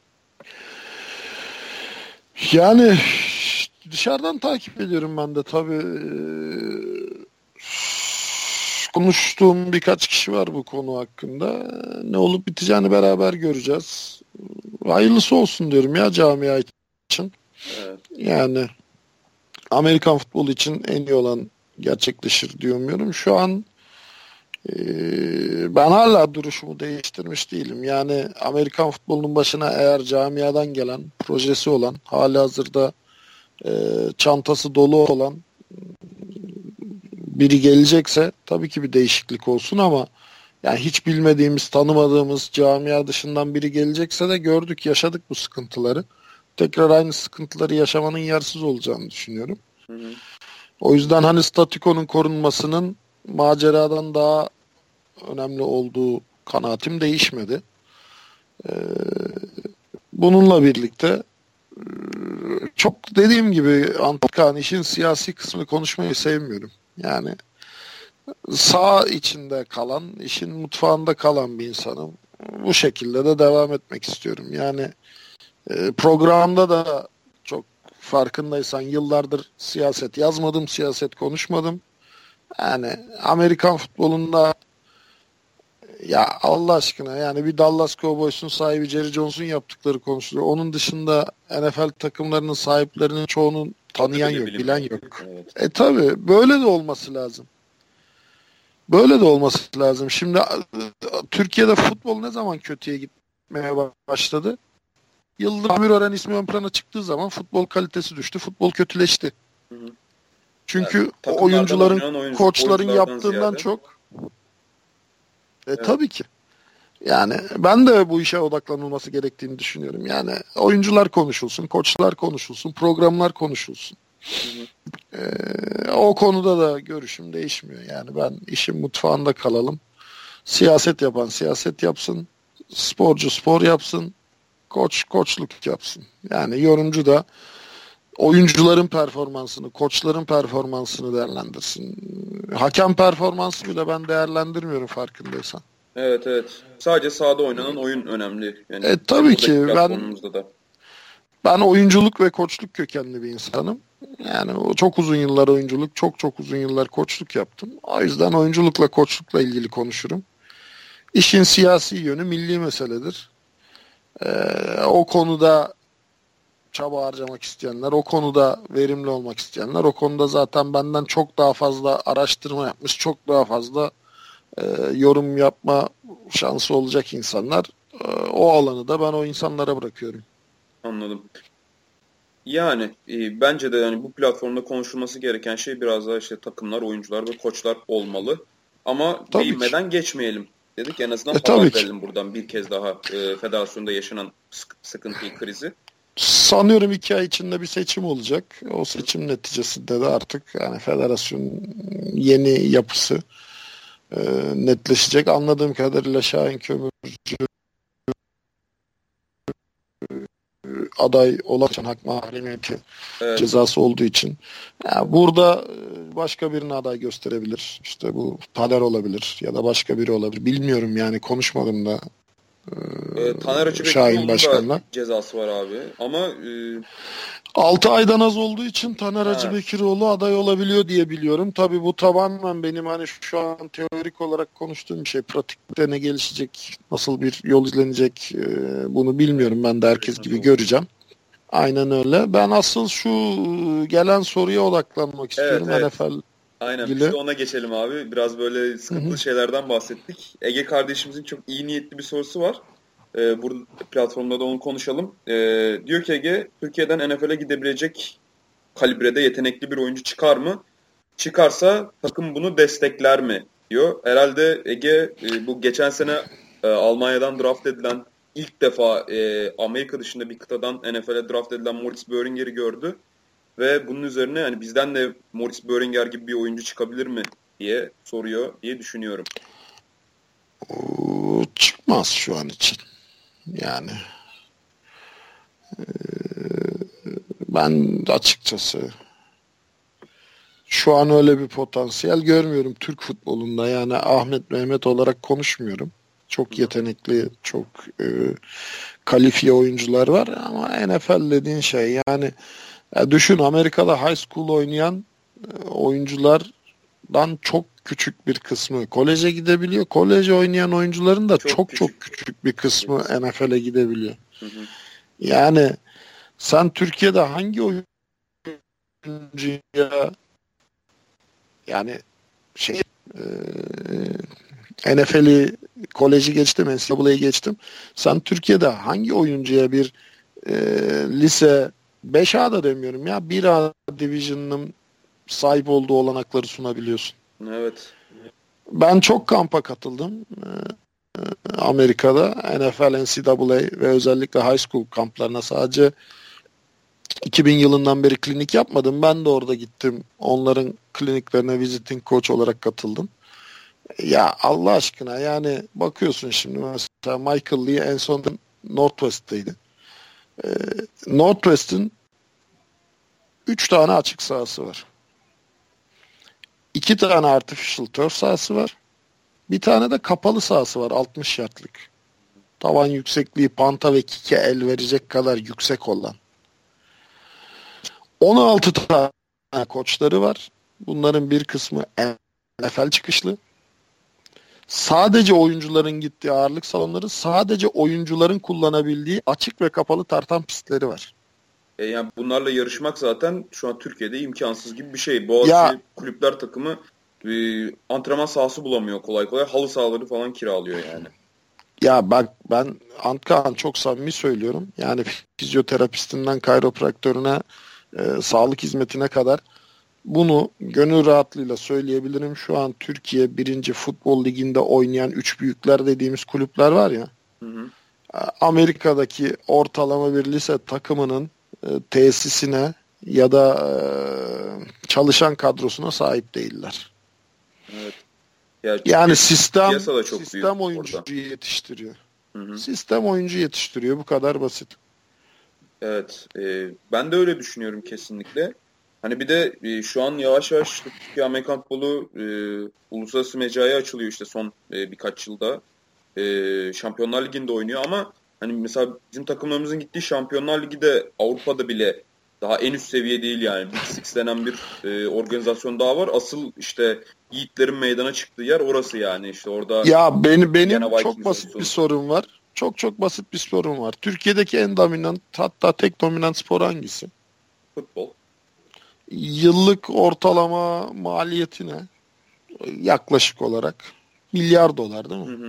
Speaker 2: Yani dışarıdan takip ediyorum ben de tabii. Konuştuğum birkaç kişi var bu konu hakkında. Ne olup biteceğini beraber göreceğiz. Hayırlısı olsun diyorum ya camia için.
Speaker 1: Evet.
Speaker 2: Yani Amerikan futbolu için en iyi olan gerçekleşir diyorum. Şu an ben hala duruşumu değiştirmiş değilim. Yani Amerikan futbolunun başına eğer camiadan gelen, projesi olan, halihazırda çantası dolu olan biri gelecekse tabii ki bir değişiklik olsun ama yani hiç bilmediğimiz, tanımadığımız camia dışından biri gelecekse de gördük, yaşadık bu sıkıntıları. Tekrar aynı sıkıntıları yaşamanın yersіз olacağını düşünüyorum. O yüzden hani statükonun korunmasının maceradan daha önemli olduğu kanaatim değişmedi. Bununla birlikte çok dediğim gibi Antikan işin siyasi kısmını konuşmayı sevmiyorum. Yani sağ içinde kalan, işin mutfağında kalan bir insanım. Bu şekilde de devam etmek istiyorum. Yani programda da çok farkındaysan yıllardır siyaset yazmadım, siyaset konuşmadım. Yani Amerikan futbolunda ya Allah aşkına yani bir Dallas Cowboys'un sahibi Jerry Jones'un yaptıkları konuşuluyor. Onun dışında NFL takımlarının sahiplerinin çoğunun tanıyan yok, bilen yok.
Speaker 1: Evet.
Speaker 2: Tabii böyle de olması lazım. Böyle de olması lazım. Şimdi Türkiye'de futbol ne zaman kötüye gitmeye başladı? Yıldırım Demirören ismi ön plana çıktığı zaman futbol kalitesi düştü. Futbol kötüleşti.
Speaker 1: Hı hı.
Speaker 2: Çünkü
Speaker 1: Yani
Speaker 2: oyuncuların, koçların yaptığından
Speaker 1: ziyade.
Speaker 2: çok.
Speaker 1: Evet.
Speaker 2: Tabii ki. Yani ben de bu işe odaklanılması gerektiğini düşünüyorum. Yani oyuncular konuşulsun, koçlar konuşulsun, programlar konuşulsun.
Speaker 1: Hı hı.
Speaker 2: O konuda da görüşüm değişmiyor. Yani ben işin mutfağında kalalım. Siyaset yapan siyaset yapsın, sporcu spor yapsın, koç koçluk yapsın. Yani yorumcu da oyuncuların performansını, koçların performansını değerlendirsin. Hakem performansı bile ben değerlendirmiyorum farkındaysan.
Speaker 1: Evet, evet. Sadece sahada oynanan oyun önemli. Yani
Speaker 2: Tabii ki
Speaker 1: platformumuzda da.
Speaker 2: ben oyunculuk ve koçluk kökenli bir insanım. Yani çok uzun yıllar oyunculuk, çok uzun yıllar koçluk yaptım. O yüzden oyunculukla koçlukla ilgili konuşurum. İşin siyasi yönü milli meseledir. O konuda çaba harcamak isteyenler, o konuda verimli olmak isteyenler, o konuda zaten benden çok daha fazla araştırma yapmış, çok daha fazla yorum yapma şansı olacak insanlar. O alanı da ben o insanlara bırakıyorum.
Speaker 1: Anladım. Yani bence de yani bu platformda konuşulması gereken şey biraz daha işte takımlar, oyuncular ve koçlar olmalı. Ama
Speaker 2: Tabii
Speaker 1: değinmeden
Speaker 2: ki.
Speaker 1: geçmeyelim dedik. En azından
Speaker 2: Tabii
Speaker 1: haber
Speaker 2: ki.
Speaker 1: verelim buradan bir kez daha federasyonda yaşanan sıkıntıyı, krizi.
Speaker 2: Sanıyorum 2 ay içinde bir seçim olacak. O seçim neticesinde de artık yani federasyonun yeni yapısı netleşecek. Anladığım kadarıyla Şahin Kömürcü aday olan hak mahremiyeti
Speaker 1: Evet.
Speaker 2: cezası olduğu için. Yani burada başka birine aday gösterebilir. İşte bu Taner olabilir ya da başka biri olabilir. Bilmiyorum yani konuşmadım da
Speaker 1: Taner
Speaker 2: Şahin
Speaker 1: Açıbekiroğlu'nun da
Speaker 2: Başkan'la.
Speaker 1: cezası var abi. Ama
Speaker 2: 6 aydan az olduğu için Taner
Speaker 1: ha,
Speaker 2: Hacıbekiroğlu aday olabiliyor diye biliyorum. Tabii bu tamamen benim hani şu an teorik olarak konuştuğum bir şey. Pratikte ne gelişecek, nasıl bir yol izlenecek bunu bilmiyorum. Ben de herkes gibi göreceğim. Aynen öyle. Ben asıl şu gelen soruya odaklanmak
Speaker 1: evet,
Speaker 2: istiyorum
Speaker 1: evet.
Speaker 2: NFL
Speaker 1: Aynen. Biz
Speaker 2: ilgili.
Speaker 1: de ona geçelim abi. Biraz böyle
Speaker 2: Hı
Speaker 1: sıkıntılı
Speaker 2: hı.
Speaker 1: şeylerden bahsettik. Ege kardeşimizin çok iyi niyetli bir sorusu var. Burada platformda da onu konuşalım. Diyor ki Ege, Türkiye'den NFL'e gidebilecek kalibrede yetenekli bir oyuncu çıkar mı? Çıkarsa takım bunu destekler mi? Diyor. Herhalde Ege bu geçen sene Almanya'dan draft edilen ilk defa Amerika dışında bir kıtadan NFL'e draft edilen Moritz Böhringer'i gördü. Ve bunun üzerine yani bizden de Moritz Böhringer gibi bir oyuncu çıkabilir mi diye soruyor diye düşünüyorum.
Speaker 2: Çıkmaz şu an için. Yani ben açıkçası şu an öyle bir potansiyel görmüyorum Türk futbolunda. Yani Ahmet Mehmet olarak konuşmuyorum. Çok yetenekli, çok kalifiye oyuncular var ama NFL dediğin şey yani düşün Amerika'da high school oynayan oyunculardan çok küçük bir kısmı koleje gidebiliyor. Koleje oynayan oyuncuların da
Speaker 1: Çok
Speaker 2: çok
Speaker 1: küçük.
Speaker 2: küçük bir kısmı NFL'e gidebiliyor.
Speaker 1: Hı hı.
Speaker 2: Yani sen Türkiye'de hangi oyuncuya yani şey NFL'i koleji geçtim, NCAA'yı geçtim. Sen Türkiye'de hangi oyuncuya bir lise 5A'da demiyorum ya 1A Division'ın sahip olduğu olanakları sunabiliyorsun.
Speaker 1: Evet.
Speaker 2: Ben çok kampa katıldım Amerika'da NFL, NCAA ve özellikle high school kamplarına sadece 2000 yılından beri klinik yapmadım. Ben de orada gittim. Onların kliniklerine visiting coach olarak katıldım. Ya Allah aşkına yani bakıyorsun şimdi mesela Michael Lee en son Northwest'teydi. Northwest'in 3 tane açık sahası var. 2 tane artificial turf sahası var. Bir tane de kapalı sahası var 60 yardlık. Tavan yüksekliği panta ve kike el verecek kadar yüksek olan. 16 tane koçları var. Bunların bir kısmı NFL çıkışlı. Sadece oyuncuların gittiği ağırlık salonları, sadece oyuncuların kullanabildiği açık ve kapalı tartan pistleri var.
Speaker 1: Yani bunlarla yarışmak zaten şu an Türkiye'de imkansız gibi bir şey.
Speaker 2: Ya
Speaker 1: Boğaziçi kulüpler takımı antrenman sahası bulamıyor kolay kolay. Halı sahaları falan kiralıyor yani.
Speaker 2: Ya bak ben Antkan çok samimi söylüyorum. Yani fizyoterapistinden kayropraktörüne sağlık hizmetine kadar bunu gönül rahatlığıyla söyleyebilirim. Şu an Türkiye birinci Futbol Ligi'nde oynayan üç büyükler dediğimiz kulüpler var ya.
Speaker 1: Hı hı.
Speaker 2: Amerika'daki ortalama bir lise takımının tesisine ya da çalışan kadrosuna sahip değiller.
Speaker 1: Evet. Ya
Speaker 2: Yani sistem
Speaker 1: çok
Speaker 2: sistem
Speaker 1: büyük
Speaker 2: oyuncuyu
Speaker 1: orada.
Speaker 2: yetiştiriyor.
Speaker 1: Hı hı.
Speaker 2: Sistem oyuncu yetiştiriyor. Bu kadar basit.
Speaker 1: Evet. Ben de öyle düşünüyorum kesinlikle. Hani bir de şu an yavaş yavaş işte Türkiye Amerikan futbolu uluslararası mecraya açılıyor işte son birkaç yılda. Şampiyonlar Ligi'nde oynuyor ama hani mesela bizim takımlarımızın gittiği Şampiyonlar Ligi de Avrupa'da bile daha en üst seviye değil yani. Big Six denen bir organizasyon daha var. Asıl işte yiğitlerin meydana çıktığı yer orası yani. İşte orada
Speaker 2: Ya benim
Speaker 1: Gene
Speaker 2: çok
Speaker 1: Vikings
Speaker 2: basit bir
Speaker 1: olsun.
Speaker 2: sorun var. Çok basit bir sorun var. Türkiye'deki en dominant hatta tek dominant spor hangisi?
Speaker 1: Futbol.
Speaker 2: Yıllık ortalama maliyeti ne? Yaklaşık olarak milyar dolar değil mi?
Speaker 1: Hı hı.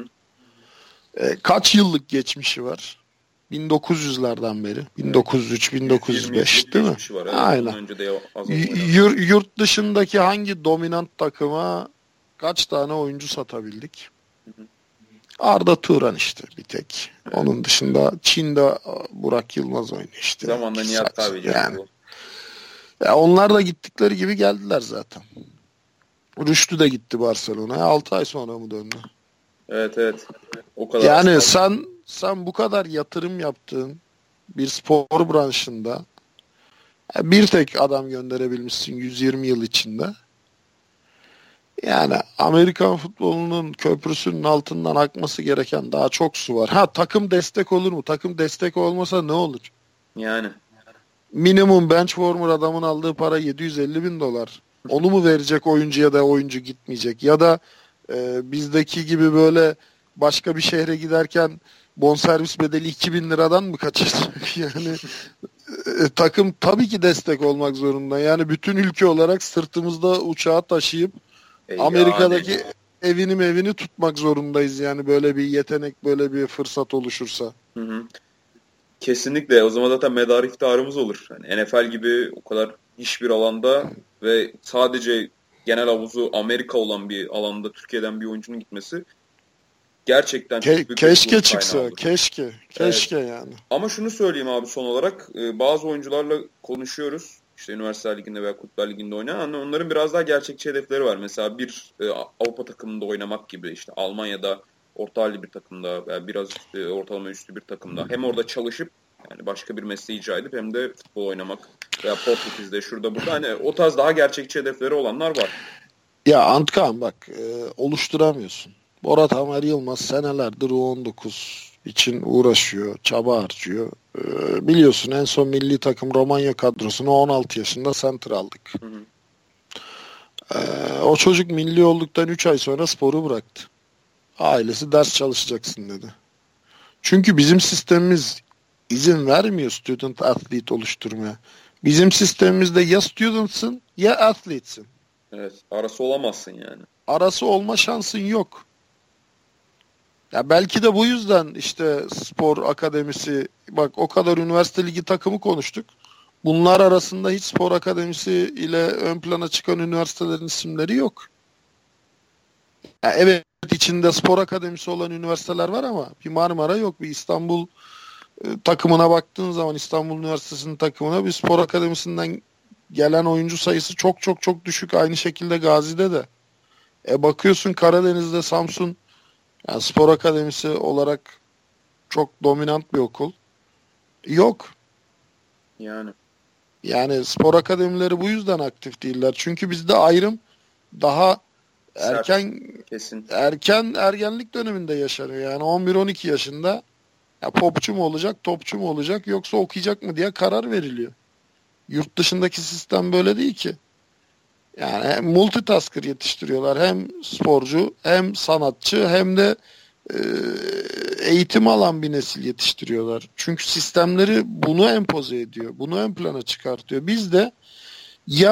Speaker 2: Kaç yıllık geçmişi var? 1900'lerden beri.
Speaker 1: Evet.
Speaker 2: 1903,
Speaker 1: 120
Speaker 2: 1905
Speaker 1: yıllık
Speaker 2: değil mi?
Speaker 1: geçmişi var. Evet.
Speaker 2: Aynen.
Speaker 1: Ondan önce de az oynadı.
Speaker 2: Yurt dışındaki hangi dominant takıma kaç tane oyuncu satabildik?
Speaker 1: Hı hı.
Speaker 2: Arda Turan işte bir tek.
Speaker 1: Evet.
Speaker 2: Onun dışında Çin'de Burak Yılmaz oynuyor işte.
Speaker 1: Zamanla Nihat Kahveci
Speaker 2: Yani.
Speaker 1: oldu.
Speaker 2: Ya onlar da gittikleri gibi geldiler zaten. Rüştü de gitti Barcelona'ya. 6 ay sonra mı döndü?
Speaker 1: Evet evet. O kadar az
Speaker 2: Yani
Speaker 1: kaldı.
Speaker 2: sen bu kadar yatırım yaptığın bir spor branşında bir tek adam gönderebilmişsin 120 yıl içinde. Yani Amerikan futbolunun köprüsünün altından akması gereken daha çok su var. Ha takım destek olur mu? Takım destek olmasa ne olur?
Speaker 1: Yani.
Speaker 2: Minimum bench warmer adamın aldığı para 750 bin dolar. Onu mu verecek oyuncuya da oyuncu gitmeyecek? Ya da bizdeki gibi böyle başka bir şehre giderken bonservis bedeli 2000 liradan mı kaçacak? Yani takım tabii ki destek olmak zorunda. Yani bütün ülke olarak sırtımızda uçağı taşıyıp
Speaker 1: Yani.
Speaker 2: Amerika'daki evini tutmak zorundayız. Yani böyle bir yetenek, böyle bir fırsat oluşursa.
Speaker 1: Hı hı. Kesinlikle. O zaman zaten medar iftiharımız olur. Yani NFL gibi o kadar hiçbir alanda ve sadece genel havuzu Amerika olan bir alanda Türkiye'den bir oyuncunun gitmesi gerçekten çok büyük bir
Speaker 2: Keşke
Speaker 1: mutluluk kaynağı
Speaker 2: çıksa,
Speaker 1: olur.
Speaker 2: keşke,
Speaker 1: Evet.
Speaker 2: keşke yani.
Speaker 1: Ama şunu söyleyeyim abi son olarak. Bazı oyuncularla konuşuyoruz. İşte üniversite liginde veya kulüpler liginde oynayan. Hani onların biraz daha gerçekçi hedefleri var. Mesela bir Avrupa takımında oynamak gibi işte Almanya'da orta halli bir takımda veya biraz ortalama üstü bir takımda hem orada çalışıp yani başka bir mesleği icra edip hem de futbol oynamak veya Portekiz'de şurada burada hani o tarz daha gerçekçi hedefleri olanlar var.
Speaker 2: Ya Antkan bak oluşturamıyorsun. Bora Tamer Yılmaz senelerdir U19 için uğraşıyor, çaba harcıyor. Biliyorsun en son milli takım Romanya kadrosunu 16 yaşında center aldık.
Speaker 1: Hı hı.
Speaker 2: O çocuk milli olduktan 3 ay sonra sporu bıraktı. Ailesi ders çalışacaksın dedi. Çünkü bizim sistemimiz izin vermiyor student athlete oluşturmaya. Bizim sistemimizde ya student'sın ya athlete'sin.
Speaker 1: Evet, arası olamazsın yani.
Speaker 2: Arası olma şansın yok. Ya belki de bu yüzden işte spor akademisi bak o kadar üniversite ligi takımı konuştuk. Bunlar arasında hiç spor akademisi ile ön plana çıkan üniversitelerin isimleri yok. Ya evet içinde spor akademisi olan üniversiteler var ama bir Marmara yok. Bir İstanbul takımına baktığın zaman İstanbul Üniversitesi'nin takımına bir spor akademisinden gelen oyuncu sayısı çok düşük. Aynı şekilde Gazi'de de. Bakıyorsun Karadeniz'de Samsun yani spor akademisi olarak çok dominant bir okul. Yok.
Speaker 1: Yani.
Speaker 2: Yani spor akademileri bu yüzden aktif değiller. Çünkü bizde ayrım daha
Speaker 1: Sert.
Speaker 2: erken
Speaker 1: Kesin.
Speaker 2: erken ergenlik döneminde yaşanıyor. Yani 11-12 yaşında ya popçu mu olacak, topçu mu olacak yoksa okuyacak mı diye karar veriliyor. Yurt dışındaki sistem böyle değil ki. Yani hem multitasker yetiştiriyorlar. Hem sporcu, hem sanatçı, hem de e, eğitim alan bir nesil yetiştiriyorlar. Çünkü sistemleri bunu empoze ediyor. Bunu ön plana çıkartıyor. Biz de ya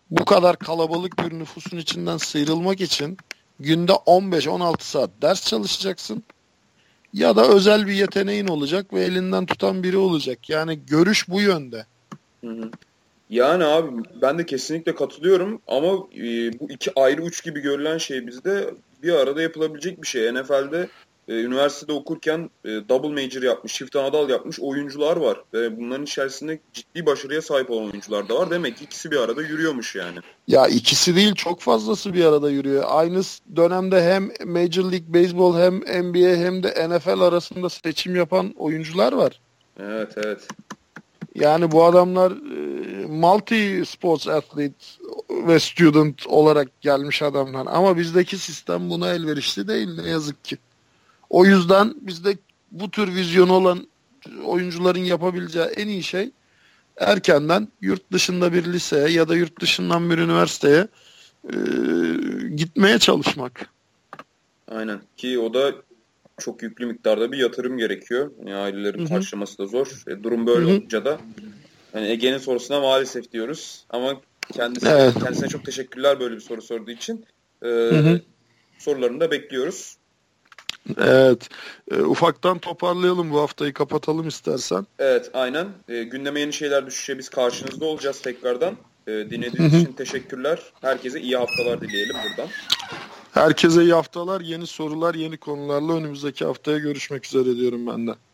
Speaker 2: bu kadar kalabalık bir nüfusun içinden sıyrılmak için günde 15-16 saat ders çalışacaksın. Ya da özel bir yeteneğin olacak ve elinden tutan biri olacak. Yani görüş bu yönde.
Speaker 1: Hı hı. Yani abi ben de kesinlikle katılıyorum ama bu iki ayrı uç gibi görülen şey bizde bir arada yapılabilecek bir şey. NFL'de üniversitede okurken double major yapmış, çift anadal yapmış oyuncular var. Ve bunların içerisinde ciddi başarıya sahip olan oyuncular da var. Demek ki ikisi bir arada yürüyormuş yani.
Speaker 2: Ya ikisi değil çok fazlası bir arada yürüyor. Aynı dönemde hem Major League Baseball hem NBA hem de NFL arasında seçim yapan oyuncular var.
Speaker 1: Evet, evet.
Speaker 2: Yani bu adamlar multi sports athlete ve student olarak gelmiş adamlar. Ama bizdeki sistem buna elverişli değil ne yazık ki. O yüzden bizde bu tür vizyonu olan oyuncuların yapabileceği en iyi şey erkenden yurt dışında bir liseye ya da yurt dışından bir üniversiteye e, gitmeye çalışmak.
Speaker 1: Aynen. Ki o da çok yüklü miktarda bir yatırım gerekiyor. Yani ailelerin
Speaker 2: Hı hı.
Speaker 1: karşılaması da zor. Durum
Speaker 2: Hı
Speaker 1: böyle
Speaker 2: hı.
Speaker 1: olunca da hani Ege'nin sorusuna maalesef diyoruz. Ama
Speaker 2: Evet.
Speaker 1: kendisine çok teşekkürler böyle bir soru sorduğu için.
Speaker 2: Hı
Speaker 1: Ee,
Speaker 2: hı.
Speaker 1: sorularını da bekliyoruz.
Speaker 2: Evet. Ufaktan toparlayalım bu haftayı kapatalım istersen.
Speaker 1: Evet, aynen. Gündeme yeni şeyler düşüşe biz karşınızda olacağız tekrardan.
Speaker 2: Hı
Speaker 1: Dinlediğiniz
Speaker 2: hı.
Speaker 1: için teşekkürler. Herkese iyi haftalar dileyelim buradan.
Speaker 2: Herkese iyi haftalar, yeni sorular, yeni konularla önümüzdeki haftaya görüşmek üzere diyorum ben de.